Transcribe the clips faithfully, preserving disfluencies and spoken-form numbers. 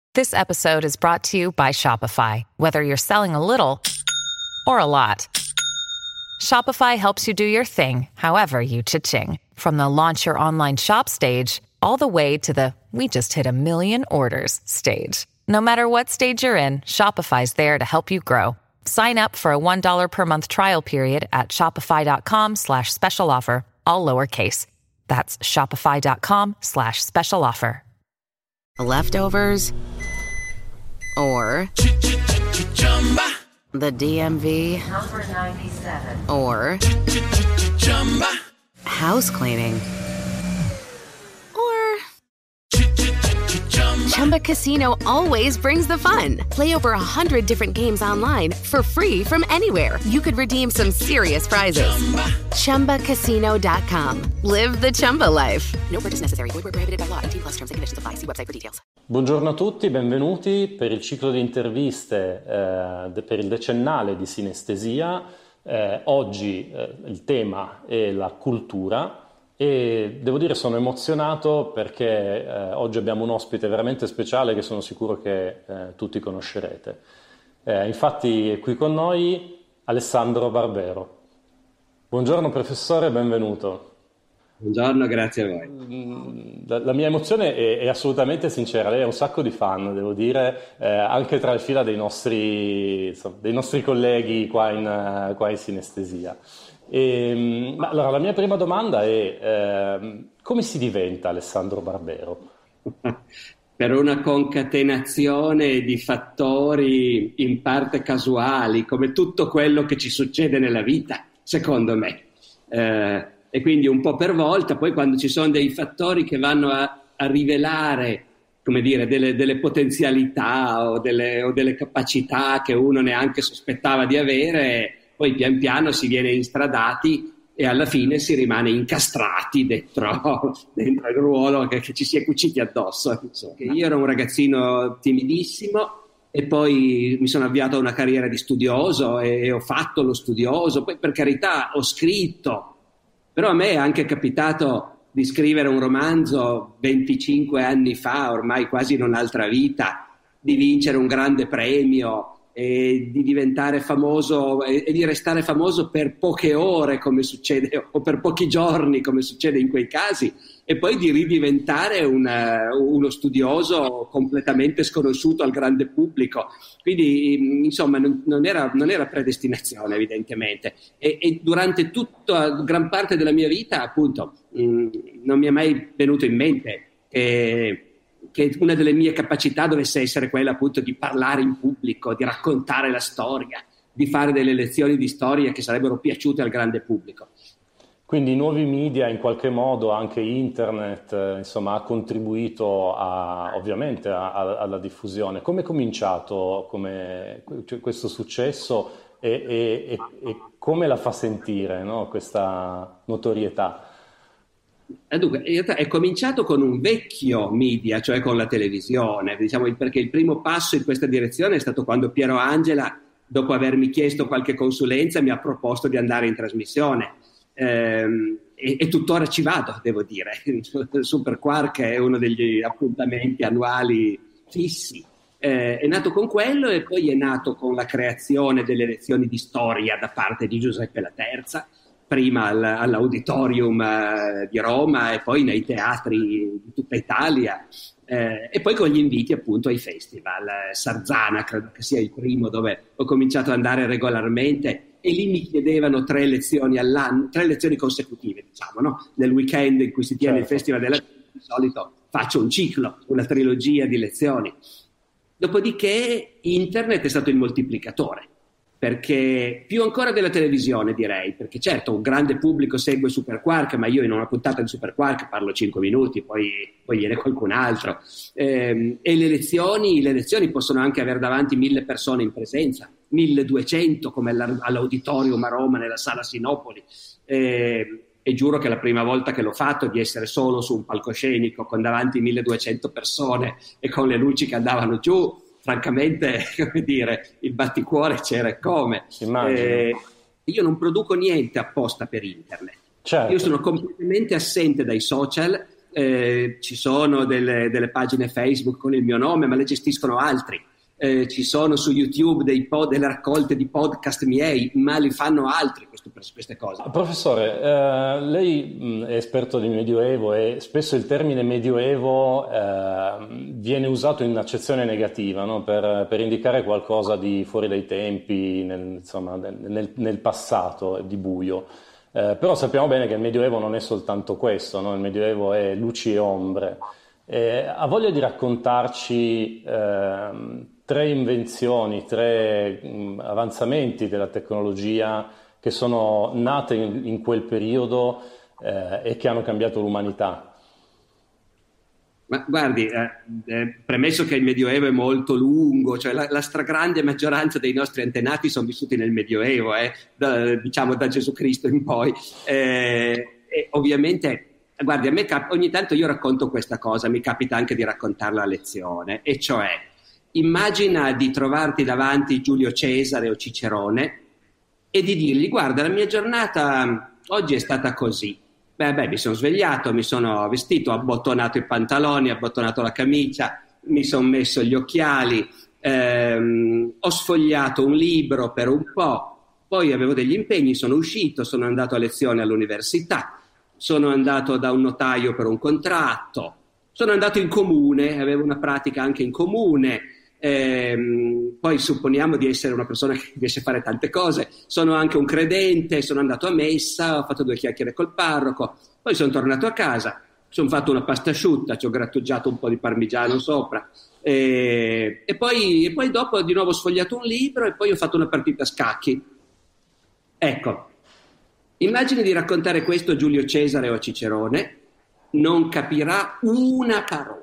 This episode is brought to you by Shopify. Whether you're selling a little or a lot, Shopify helps you do your thing, however you cha-ching. From the launch your online shop stage, all the way to the we just hit a million orders stage. No matter what stage you're in, Shopify's there to help you grow. Sign up for a one dollar per month trial period at shopify.com slash special offer, all lowercase. That's shopify.com slash special offer. Leftovers or the D M V Number ninety-seven. or house cleaning or Chumba Casino always brings the fun. Play over a hundred different games online for free from anywhere. You could redeem some serious prizes. Chumba Casino dot com. Live the Chumba life. No purchase necessary. Void where prohibited by law. eighteen plus terms and conditions apply. See website for details. Buongiorno a tutti, benvenuti per il ciclo di interviste eh, de, per il decennale di sinestesia. Eh, oggi eh, il tema è la cultura. E devo dire sono emozionato perché eh, oggi abbiamo un ospite veramente speciale che sono sicuro che eh, tutti conoscerete. Eh, infatti è qui con noi Alessandro Barbero. Buongiorno professore, benvenuto. Buongiorno, grazie a voi. La, la mia emozione è, è assolutamente sincera, lei ha un sacco di fan, devo dire, eh, anche tra le fila dei nostri, insomma, dei nostri colleghi qua in, qua in sinestesia. E, ma allora la mia prima domanda è eh, come si diventa Alessandro Barbero? Per una concatenazione di fattori in parte casuali, come tutto quello che ci succede nella vita, secondo me. Eh, e quindi un po' per volta, poi quando ci sono dei fattori che vanno a, a rivelare, come dire, delle, delle potenzialità o delle, o delle capacità che uno neanche sospettava di avere, poi pian piano si viene instradati e alla fine si rimane incastrati dentro, dentro il ruolo che, che ci si è cuciti addosso. Insomma. Io ero un ragazzino timidissimo e poi mi sono avviato a una carriera di studioso e, e ho fatto lo studioso, poi per carità ho scritto, però a me è anche capitato di scrivere un romanzo venticinque anni fa, ormai quasi in un'altra vita, di vincere un grande premio, e di diventare famoso e, e di restare famoso per poche ore come succede o per pochi giorni come succede in quei casi e poi di ridiventare una, uno studioso completamente sconosciuto al grande pubblico, quindi insomma non, non, era, non era predestinazione evidentemente e, e durante tutta gran parte della mia vita appunto mh, non mi è mai venuto in mente che che una delle mie capacità dovesse essere quella appunto di parlare in pubblico, di raccontare la storia, di fare delle lezioni di storia che sarebbero piaciute al grande pubblico. Quindi i nuovi media, in qualche modo anche internet, eh, insomma, ha contribuito a, ovviamente a, a, alla diffusione. Come è cominciato come, cioè, questo successo e, e, e, e come la fa sentire, no, questa notorietà? Dunque, in realtà è cominciato con un vecchio media, cioè con la televisione, diciamo, perché il primo passo in questa direzione è stato quando Piero Angela, dopo avermi chiesto qualche consulenza, mi ha proposto di andare in trasmissione. Ehm, e, e tuttora ci vado, devo dire. Super Quark è uno degli appuntamenti annuali fissi. Eh, è nato con quello e poi è nato con la creazione delle lezioni di storia da parte di Giuseppe La Terza, prima all'Auditorium eh, di Roma e poi nei teatri di tutta Italia eh, e poi con gli inviti appunto ai festival. Sarzana credo che sia il primo dove ho cominciato ad andare regolarmente e lì mi chiedevano tre lezioni all'anno, tre lezioni consecutive diciamo, no? Nel weekend in cui si tiene certo. Il Festival della di solito faccio un ciclo, una trilogia di lezioni. Dopodiché internet è stato il moltiplicatore, perché più ancora della televisione direi, perché certo un grande pubblico segue Super Quark, ma io in una puntata di Super Quark parlo cinque minuti, poi, poi viene qualcun altro ehm, e le lezioni, le lezioni possono anche avere davanti mille persone in presenza, milleduecento come all'Auditorium a Roma nella Sala Sinopoli eh, e giuro che la prima volta che l'ho fatto di essere solo su un palcoscenico con davanti milleduecento persone e con le luci che andavano giù, francamente, come dire, il batticuore c'era e come. Eh, io non produco niente apposta per internet. Certo. Io sono completamente assente dai social eh, ci sono delle, delle pagine Facebook con il mio nome, ma le gestiscono altri. Eh, ci sono su YouTube dei pod, delle raccolte di podcast miei, ma li fanno altri questo, queste cose. Professore, eh, lei mh, è esperto di Medioevo e spesso il termine Medioevo eh, viene usato in accezione negativa, no? per, per indicare qualcosa di fuori dai tempi, nel, insomma, nel, nel passato, di buio. Eh, però sappiamo bene che il Medioevo non è soltanto questo, no? Il Medioevo è luci e ombre. Eh, ha voglia di raccontarci eh, tre invenzioni, tre mh, avanzamenti della tecnologia che sono nate in, in quel periodo eh, e che hanno cambiato l'umanità? Ma guardi, eh, eh, premesso che il Medioevo è molto lungo, cioè la, la stragrande maggioranza dei nostri antenati sono vissuti nel Medioevo, eh, da, diciamo da Gesù Cristo in poi, eh, e ovviamente. Guardi, a me cap- ogni tanto io racconto questa cosa, mi capita anche di raccontarla a lezione, e cioè, immagina di trovarti davanti Giulio Cesare o Cicerone e di dirgli: guarda, la mia giornata oggi è stata così. Beh, beh, mi sono svegliato, mi sono vestito, ho abbottonato i pantaloni, ho abbottonato la camicia, mi sono messo gli occhiali, ehm, ho sfogliato un libro per un po', poi avevo degli impegni, sono uscito, sono andato a lezione all'università. Sono andato da un notaio per un contratto, sono andato in comune, avevo una pratica anche in comune, ehm, poi supponiamo di essere una persona che riesce a fare tante cose, sono anche un credente, sono andato a messa, ho fatto due chiacchiere col parroco, poi sono tornato a casa, sono fatto una pasta asciutta, ci ho grattugiato un po' di parmigiano sopra, e, e, poi, e poi dopo di nuovo ho sfogliato un libro e poi ho fatto una partita a scacchi. Ecco. Immagini di raccontare questo a Giulio Cesare o a Cicerone, non capirà una parola,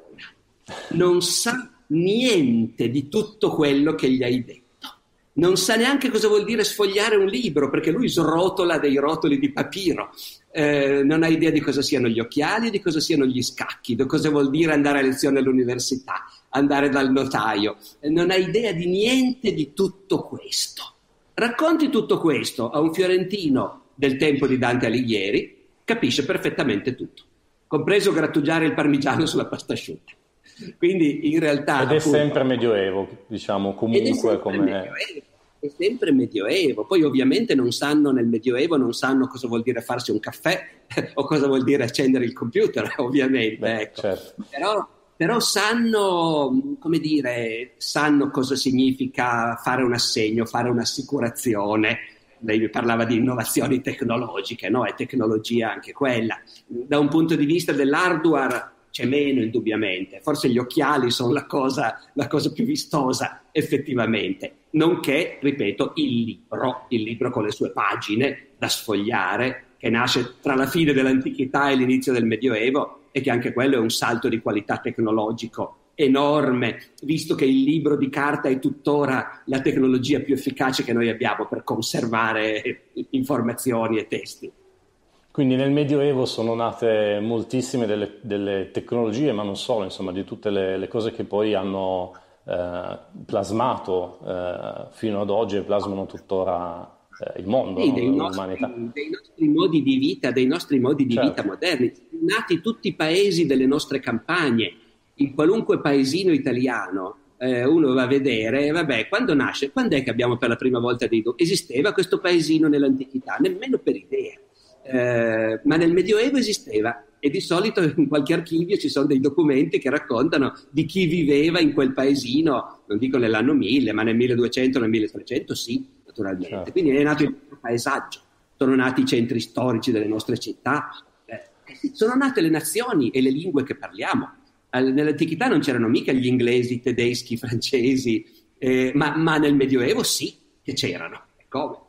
non sa niente di tutto quello che gli hai detto, non sa neanche cosa vuol dire sfogliare un libro, perché lui srotola dei rotoli di papiro, eh, non ha idea di cosa siano gli occhiali, di cosa siano gli scacchi, di cosa vuol dire andare a lezione all'università, andare dal notaio, eh, non ha idea di niente di tutto questo. Racconti tutto questo a un fiorentino del tempo di Dante Alighieri, capisce perfettamente tutto, compreso grattugiare il parmigiano sulla pasta asciutta. Quindi in realtà... Ed è appunto, sempre medioevo, diciamo, comunque come... Medioevo, è sempre medioevo. Poi ovviamente non sanno nel medioevo, non sanno cosa vuol dire farsi un caffè o cosa vuol dire accendere il computer, ovviamente. Beh, ecco. certo. Però, però sanno, come dire, sanno cosa significa fare un assegno, fare un'assicurazione. Lei mi parlava di innovazioni tecnologiche, no? È tecnologia anche quella. Da un punto di vista dell'hardware c'è meno, indubbiamente. Forse gli occhiali sono la cosa, la cosa più vistosa, effettivamente. Nonché, ripeto, il libro, il libro con le sue pagine da sfogliare, che nasce tra la fine dell'antichità e l'inizio del Medioevo, e che anche quello è un salto di qualità tecnologico enorme, visto che il libro di carta è tuttora la tecnologia più efficace che noi abbiamo per conservare informazioni e testi. Quindi nel Medioevo sono nate moltissime delle, delle tecnologie, ma non solo, insomma, di tutte le, le cose che poi hanno eh, plasmato eh, fino ad oggi e plasmano tuttora eh, il mondo, sì, no? dei, nostri, dei nostri modi di vita, dei nostri modi di certo. vita moderni. Sono nati tutti i paesi delle nostre campagne. In qualunque paesino italiano eh, uno va a vedere, vabbè, quando nasce, quando è che abbiamo per la prima volta dei documenti? Esisteva questo paesino nell'antichità? Nemmeno per idea, eh, ma nel Medioevo esisteva, e di solito in qualche archivio ci sono dei documenti che raccontano di chi viveva in quel paesino, non dico nell'anno mille, ma nel milleduecento, nel milletrecento, sì, naturalmente. Certo. Quindi è nato il paesaggio, sono nati i centri storici delle nostre città, eh, sono nate le nazioni e le lingue che parliamo. Nell'antichità non c'erano mica gli inglesi, i tedeschi, i francesi, eh, ma, ma nel Medioevo sì che c'erano. Come?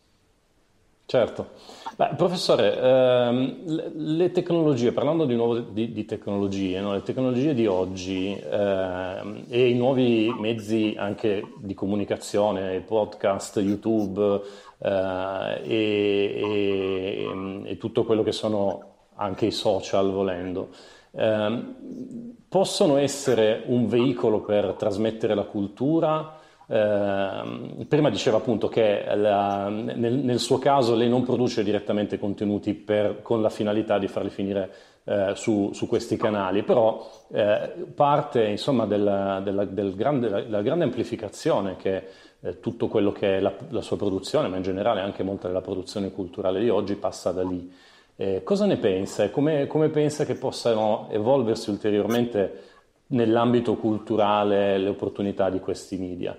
Certo. Beh, professore, ehm, le, le tecnologie, parlando di nuovo di, di tecnologie, no? Le tecnologie di oggi ehm, e i nuovi mezzi anche di comunicazione, podcast, YouTube eh, e, e, e tutto quello che sono anche i social, volendo, ehm, possono essere un veicolo per trasmettere la cultura? Eh, prima diceva appunto che la, nel, nel suo caso lei non produce direttamente contenuti per, con la finalità di farli finire eh, su, su questi canali, però eh, parte insomma della, della, del grande, della grande amplificazione che eh, tutto quello che è la, la sua produzione, ma in generale anche molta della produzione culturale di oggi passa da lì. Eh, cosa ne pensa e come, come pensa che possano evolversi ulteriormente nell'ambito culturale le opportunità di questi media?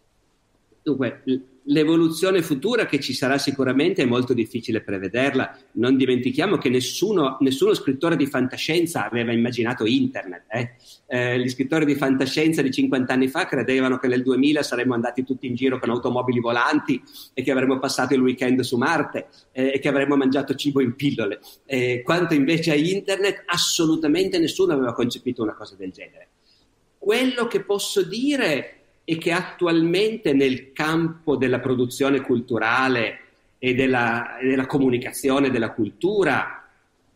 Dunque, l'evoluzione futura che ci sarà sicuramente è molto difficile prevederla. Non dimentichiamo che nessuno, nessuno scrittore di fantascienza aveva immaginato internet. Eh? Eh, gli scrittori di fantascienza di cinquanta anni fa credevano che nel duemila saremmo andati tutti in giro con automobili volanti e che avremmo passato il weekend su Marte eh, e che avremmo mangiato cibo in pillole. Eh, quanto invece a internet, assolutamente nessuno aveva concepito una cosa del genere. Quello che posso dire e che attualmente nel campo della produzione culturale e della, della comunicazione della cultura,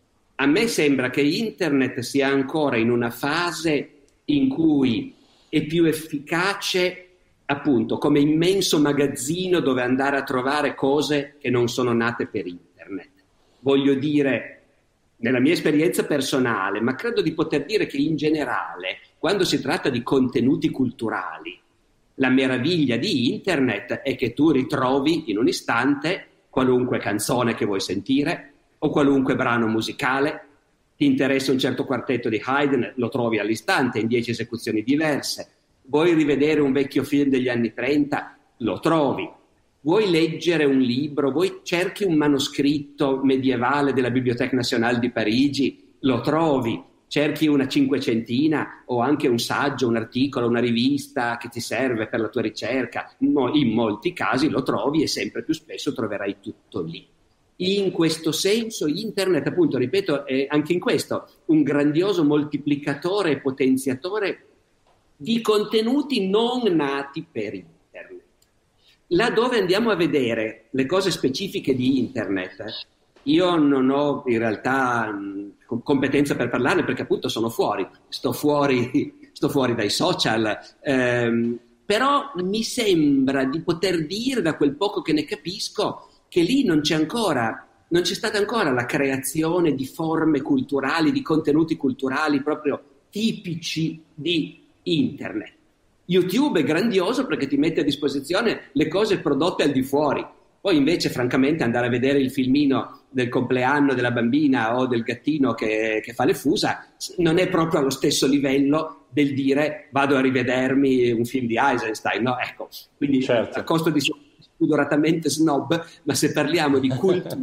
a me sembra che internet sia ancora in una fase in cui è più efficace appunto come immenso magazzino dove andare a trovare cose che non sono nate per internet. Voglio dire, nella mia esperienza personale, ma credo di poter dire che in generale, quando si tratta di contenuti culturali, la meraviglia di internet è che tu ritrovi in un istante qualunque canzone che vuoi sentire o qualunque brano musicale. Ti interessa un certo quartetto di Haydn, lo trovi all'istante in dieci esecuzioni diverse. Vuoi rivedere un vecchio film degli anni trenta, lo trovi. Vuoi leggere un libro, vuoi cerchi un manoscritto medievale della Bibliothèque Nationale di Parigi, lo trovi. Cerchi una cinquecentina o anche un saggio, un articolo, una rivista che ti serve per la tua ricerca. In molti casi lo trovi e sempre più spesso troverai tutto lì. In questo senso internet, appunto, ripeto, è anche in questo un grandioso moltiplicatore e potenziatore di contenuti non nati per internet. Laddove andiamo a vedere le cose specifiche di internet, io non ho in realtà mh, competenza per parlarne perché appunto sono fuori, sto fuori, sto fuori dai social, ehm, però mi sembra di poter dire da quel poco che ne capisco che lì non c'è ancora, non c'è stata ancora la creazione di forme culturali, di contenuti culturali proprio tipici di internet. YouTube è grandioso perché ti mette a disposizione le cose prodotte al di fuori. Poi invece francamente andare a vedere il filmino del compleanno della bambina o del gattino che, che fa le fusa non è proprio allo stesso livello del dire vado a rivedermi un film di Eisenstein, no? Ecco, quindi certo. A costo di spudoratamente snob, ma se parliamo di cultura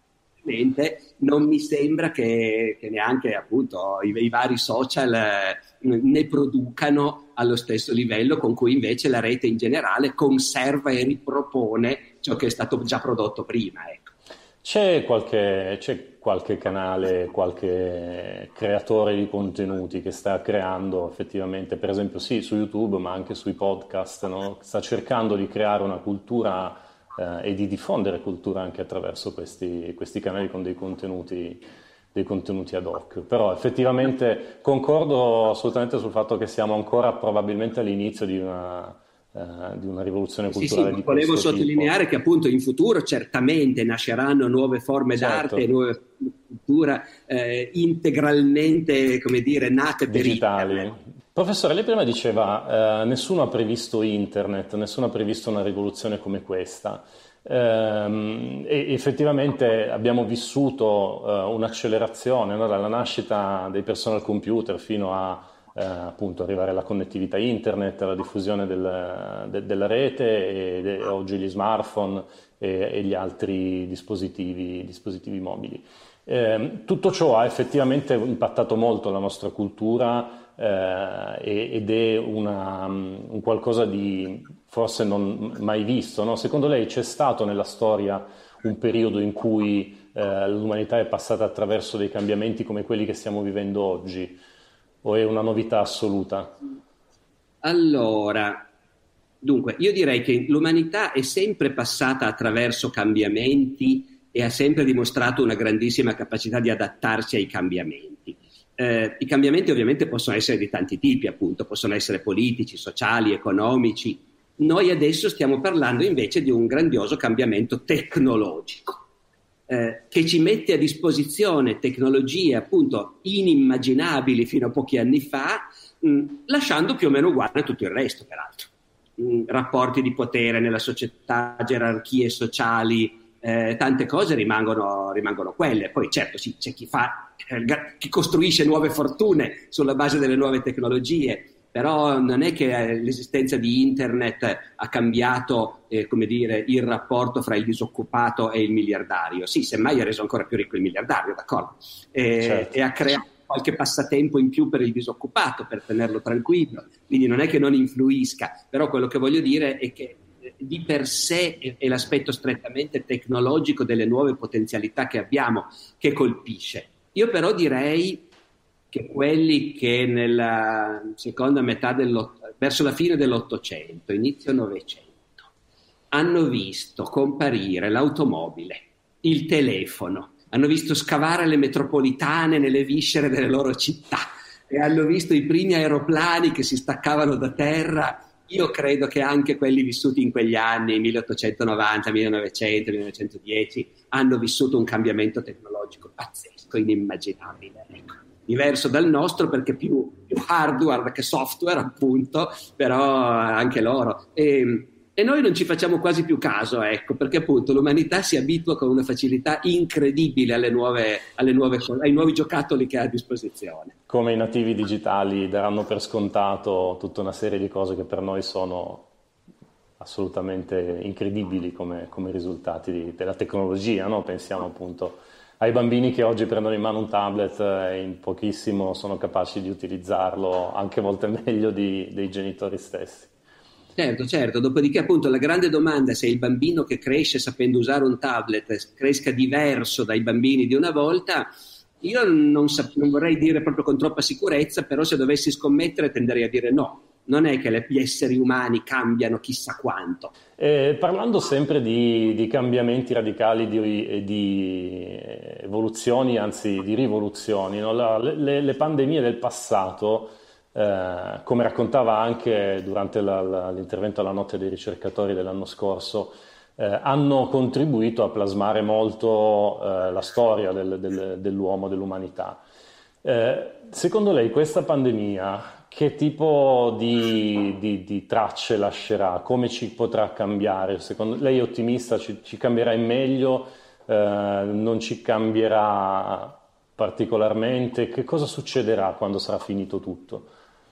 non mi sembra che, che neanche appunto i, i vari social eh, ne producano allo stesso livello con cui invece la rete in generale conserva e ripropone ciò che è stato già prodotto prima, ecco. C'è qualche, c'è qualche canale, qualche creatore di contenuti che sta creando effettivamente, per esempio sì su YouTube ma anche sui podcast, no? Sta cercando di creare una cultura eh, e di diffondere cultura anche attraverso questi, questi canali con dei contenuti, dei contenuti ad hoc. Però effettivamente concordo assolutamente sul fatto che siamo ancora probabilmente all'inizio di una... Uh, di una rivoluzione culturale. Sì, sì, di volevo questo sottolineare tipo. Che appunto in futuro certamente nasceranno nuove forme certo. d'arte, nuove forme di cultura eh, integralmente, come dire, nate per digitali. internet. Professore, lei prima diceva uh, nessuno ha previsto internet, nessuno ha previsto una rivoluzione come questa. Um, e effettivamente abbiamo vissuto uh, un'accelerazione, no? Dalla nascita dei personal computer fino a Eh, appunto arrivare alla connettività internet, alla diffusione del, de, della rete e de, oggi gli smartphone e, e gli altri dispositivi, dispositivi mobili. Eh, tutto ciò ha effettivamente impattato molto la nostra cultura eh, ed è una, un qualcosa di forse non mai visto, no? Secondo lei c'è stato nella storia un periodo in cui eh, l'umanità è passata attraverso dei cambiamenti come quelli che stiamo vivendo oggi? O è una novità assoluta? Allora, dunque, io direi che l'umanità è sempre passata attraverso cambiamenti e ha sempre dimostrato una grandissima capacità di adattarsi ai cambiamenti. Eh, I cambiamenti ovviamente possono essere di tanti tipi, appunto, possono essere politici, sociali, economici. Noi adesso stiamo parlando invece di un grandioso cambiamento tecnologico. eh, che ci mette a disposizione tecnologie appunto inimmaginabili fino a pochi anni fa, mh, lasciando più o meno uguale tutto il resto, peraltro. Mh, rapporti di potere nella società, gerarchie sociali, eh, tante cose rimangono, rimangono quelle. Poi certo sì, c'è chi fa, eh, chi costruisce nuove fortune sulla base delle nuove tecnologie, però non è che l'esistenza di internet ha cambiato, eh, come dire, il rapporto fra il disoccupato e il miliardario. Sì, semmai ha reso ancora più ricco il miliardario, d'accordo, e, certo. e ha creato qualche passatempo in più per il disoccupato, per tenerlo tranquillo, quindi non è che non influisca, però quello che voglio dire è che di per sé è l'aspetto strettamente tecnologico delle nuove potenzialità che abbiamo che colpisce. Io però direi che quelli che nella seconda metà dell'Ottocento, verso la fine dell'Ottocento, inizio Novecento, hanno visto comparire l'automobile, il telefono, hanno visto scavare le metropolitane nelle viscere delle loro città e hanno visto i primi aeroplani che si staccavano da terra. Io credo che anche quelli vissuti in quegli anni, milleottocentonovanta, millenovecento, millenovecentodieci, hanno vissuto un cambiamento tecnologico pazzesco, inimmaginabile, ecco. Diverso dal nostro perché più, più hardware che software, appunto, però anche loro. E, e noi non ci facciamo quasi più caso, ecco, perché appunto l'umanità si abitua con una facilità incredibile alle nuove, alle nuove, ai nuovi giocattoli che ha a disposizione. Come i nativi digitali daranno per scontato tutta una serie di cose che per noi sono assolutamente incredibili come, come risultati di, della tecnologia, no? Pensiamo appunto ai bambini che oggi prendono in mano un tablet e in pochissimo sono capaci di utilizzarlo, anche molte meglio di, dei genitori stessi. Certo, certo, dopodiché appunto la grande domanda è se il bambino che cresce sapendo usare un tablet cresca diverso dai bambini di una volta. Io non, sap- non vorrei dire proprio con troppa sicurezza, però se dovessi scommettere tenderei a dire no. Non è che gli esseri umani cambiano chissà quanto. Eh, parlando sempre di, di cambiamenti radicali, di, di evoluzioni, anzi di rivoluzioni, no? La, le, le pandemie del passato, eh, come raccontava anche durante la, la, l'intervento alla Notte dei ricercatori dell'anno scorso, eh, hanno contribuito a plasmare molto eh, la storia del, del, dell'uomo, dell'umanità. Eh, secondo lei questa pandemia che tipo di, di, di tracce lascerà? Come ci potrà cambiare? Secondo lei è ottimista? Ci, ci cambierà in meglio? Eh, non ci cambierà particolarmente? Che cosa succederà quando sarà finito tutto?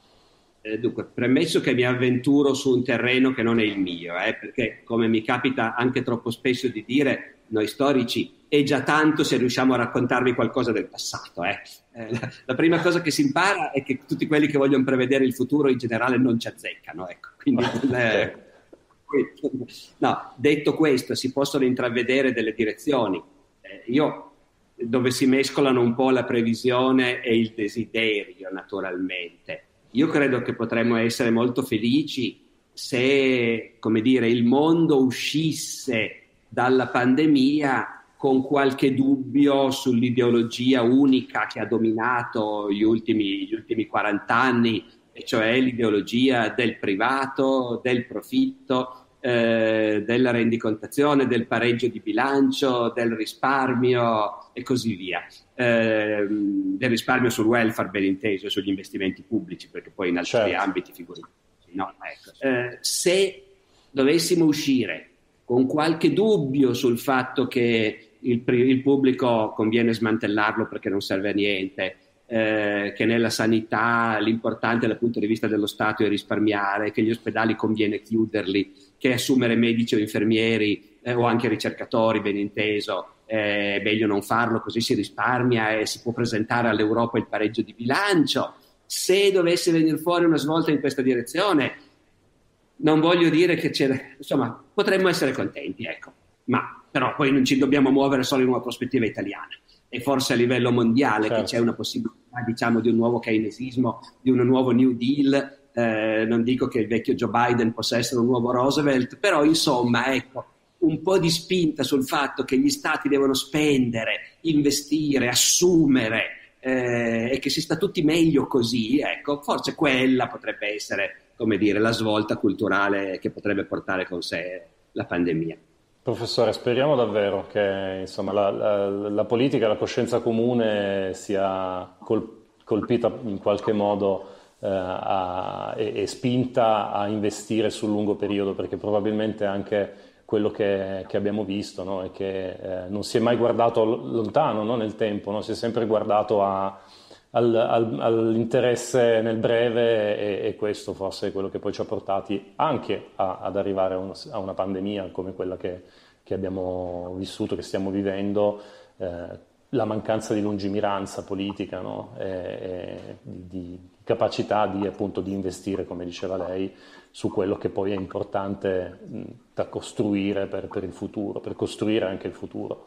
Eh, dunque, premesso che mi avventuro su un terreno che non è il mio, eh, perché come mi capita anche troppo spesso di dire, noi storici è già tanto se riusciamo a raccontarvi qualcosa del passato. Eh. Eh, la, la prima cosa che si impara è che tutti quelli che vogliono prevedere il futuro in generale non ci azzeccano. Ecco. Quindi, eh, no, detto questo, si possono intravedere delle direzioni. Eh, io, dove si mescolano un po' la previsione e il desiderio, naturalmente. Io credo che potremmo essere molto felici se, come dire, il mondo uscisse dalla pandemia con qualche dubbio sull'ideologia unica che ha dominato gli ultimi, gli ultimi quaranta anni, e cioè l'ideologia del privato, del profitto, eh, della rendicontazione, del pareggio di bilancio, del risparmio e così via. Eh, del risparmio sul welfare, ben inteso, sugli investimenti pubblici, perché poi in altri certo. ambiti figuriamoci. No, ecco. eh, se dovessimo uscire con qualche dubbio sul fatto che il, il pubblico conviene smantellarlo perché non serve a niente, eh, che nella sanità l'importante dal punto di vista dello Stato è risparmiare, che gli ospedali conviene chiuderli, che assumere medici o infermieri eh, o anche ricercatori, ben inteso, eh, è meglio non farlo, così si risparmia e si può presentare all'Europa il pareggio di bilancio. Se dovesse venire fuori una svolta in questa direzione, non voglio dire che c'è, insomma, potremmo essere contenti, ecco, ma però poi non ci dobbiamo muovere solo in una prospettiva italiana, e forse a livello mondiale certo. che c'è una possibilità, diciamo, di un nuovo keynesismo, di un nuovo New Deal. Eh, non dico che il vecchio Joe Biden possa essere un nuovo Roosevelt, però insomma, ecco, un po' di spinta sul fatto che gli stati devono spendere, investire, assumere, eh, e che si sta tutti meglio così, ecco, forse quella potrebbe essere, come dire, la svolta culturale che potrebbe portare con sé la pandemia. Professore, speriamo davvero che insomma, la, la, la politica, la coscienza comune sia col, colpita in qualche modo eh, a, e, e spinta a investire sul lungo periodo, perché probabilmente anche quello che, che abbiamo visto, no, è che eh, non si è mai guardato lontano, no, nel tempo, no? Si è sempre guardato a, al, al, all'interesse nel breve e, e questo forse è quello che poi ci ha portati anche a, ad arrivare a una, a una pandemia come quella che, che abbiamo vissuto, che stiamo vivendo, eh, la mancanza di lungimiranza politica, no? e, e di, di capacità di, appunto, di investire, come diceva lei, su quello che poi è importante mh, da costruire per, per il futuro, per costruire anche il futuro.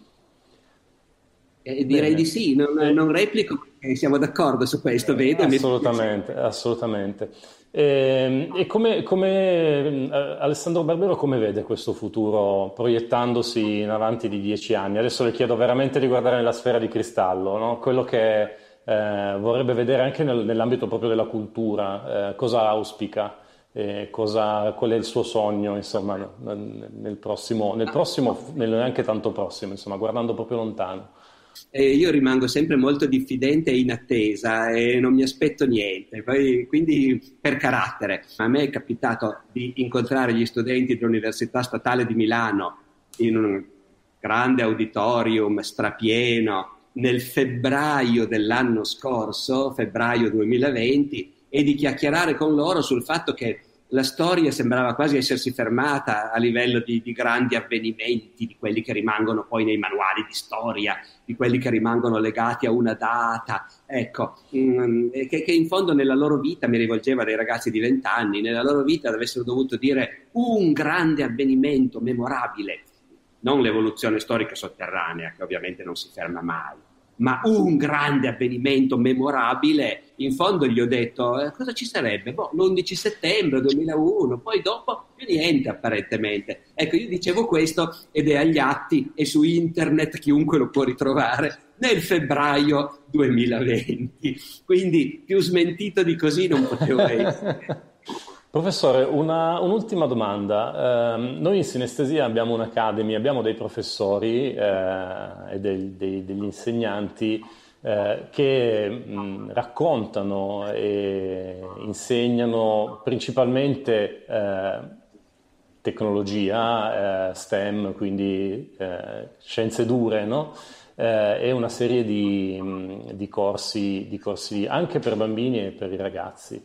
Eh, direi Bene. di sì, non, non replico, perché siamo d'accordo su questo, vedo. Assolutamente, assolutamente. E, e come, come Alessandro Barbero come vede questo futuro proiettandosi in avanti di dieci anni? Adesso le chiedo veramente di guardare nella sfera di cristallo, no? Quello che eh, vorrebbe vedere anche nel, nell'ambito proprio della cultura, eh, cosa auspica, eh, cosa, qual è il suo sogno, insomma, nel, nel prossimo, nel prossimo, nel neanche tanto prossimo, insomma, guardando proprio lontano. Eh, io rimango sempre molto diffidente e in attesa e non mi aspetto niente, poi, quindi per carattere. A me è capitato di incontrare gli studenti dell'Università Statale di Milano in un grande auditorium strapieno nel febbraio dell'anno scorso, febbraio duemilaventi, e di chiacchierare con loro sul fatto che la storia sembrava quasi essersi fermata a livello di, di grandi avvenimenti, di quelli che rimangono poi nei manuali di storia, di quelli che rimangono legati a una data, ecco, mh, che, che in fondo nella loro vita, mi rivolgeva a dei ragazzi di vent'anni, nella loro vita avessero dovuto dire un grande avvenimento memorabile, non l'evoluzione storica sotterranea, che ovviamente non si ferma mai, ma un grande avvenimento memorabile. In fondo gli ho detto, eh, cosa ci sarebbe? Boh, l'undici settembre duemilauno, poi dopo più niente apparentemente. Ecco, io dicevo questo ed è agli atti e su internet chiunque lo può ritrovare nel febbraio duemilaventi. Quindi più smentito di così non potevo essere. Professore, una, un'ultima domanda. Eh, noi in sinestesia abbiamo un'academy, abbiamo dei professori eh, e dei, dei, degli insegnanti eh, che mh, raccontano e insegnano principalmente eh, tecnologia, eh, STEM, quindi eh, scienze dure, no? Eh, e una serie di, mh, di corsi, di corsi anche per bambini e per i ragazzi.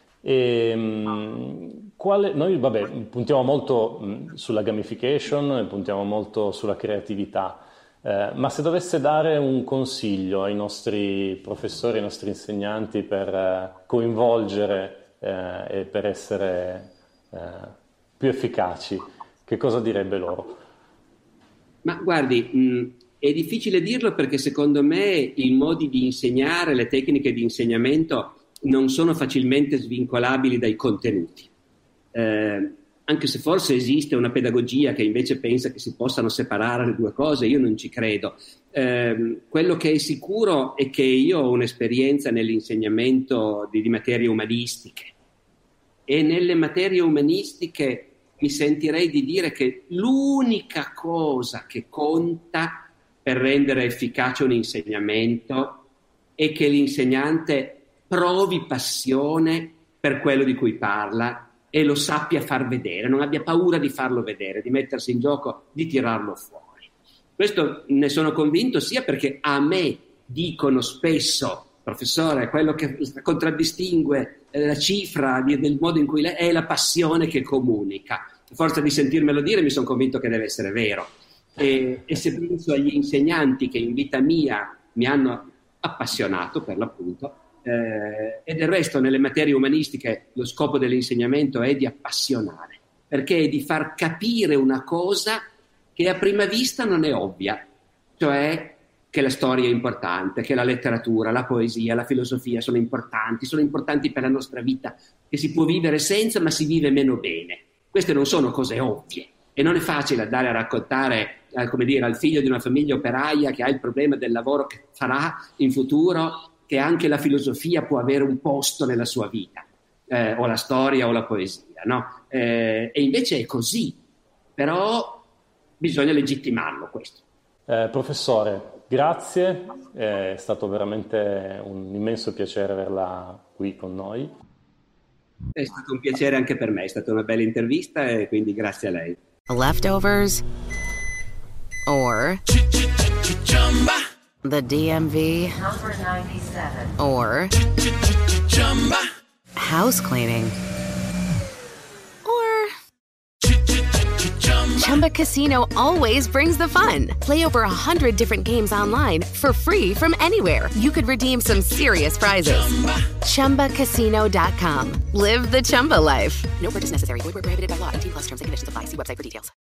E, quale, noi vabbè, puntiamo molto mh, sulla gamification, puntiamo molto sulla creatività, eh, ma se dovesse dare un consiglio ai nostri professori, ai nostri insegnanti per eh, coinvolgere eh, e per essere eh, più efficaci, che cosa direbbe loro? Ma guardi, mh, è difficile dirlo perché secondo me i modi di insegnare, le tecniche di insegnamento non sono facilmente svincolabili dai contenuti, eh, anche se forse esiste una pedagogia che invece pensa che si possano separare le due cose, io non ci credo. Eh, quello che è sicuro è che io ho un'esperienza nell'insegnamento di, di materie umanistiche e nelle materie umanistiche mi sentirei di dire che l'unica cosa che conta per rendere efficace un insegnamento è che l'insegnante provi passione per quello di cui parla e lo sappia far vedere, non abbia paura di farlo vedere, di mettersi in gioco, di tirarlo fuori. Questo ne sono convinto sia perché a me dicono spesso, professore, quello che contraddistingue la cifra del modo in cui lei è la passione che comunica. A forza di sentirmelo dire mi sono convinto che deve essere vero. E, e se penso agli insegnanti che in vita mia mi hanno appassionato per l'appunto, Eh, e del resto nelle materie umanistiche lo scopo dell'insegnamento è di appassionare, perché è di far capire una cosa che a prima vista non è ovvia, cioè che la storia è importante, che la letteratura, la poesia, la filosofia sono importanti, sono importanti per la nostra vita, che si può vivere senza ma si vive meno bene. Queste non sono cose ovvie e non è facile andare a raccontare, eh, come dire, al figlio di una famiglia operaia che ha il problema del lavoro che farà in futuro, che anche la filosofia può avere un posto nella sua vita, eh, o la storia o la poesia, no? Eh, e invece è così, però bisogna legittimarlo questo. Eh, professore, grazie, è stato veramente un immenso piacere averla qui con noi. È stato un piacere anche per me, è stata una bella intervista e quindi grazie a lei. Leftovers or the D M V or house cleaning or Chumba Casino always brings the fun. Play over a hundred different games online for free from anywhere. You could redeem some serious prizes. Chumba Casino dot com. Live the Chumba life. No purchase necessary. Void where prohibited by law. eighteen plus terms and conditions apply. See website for details.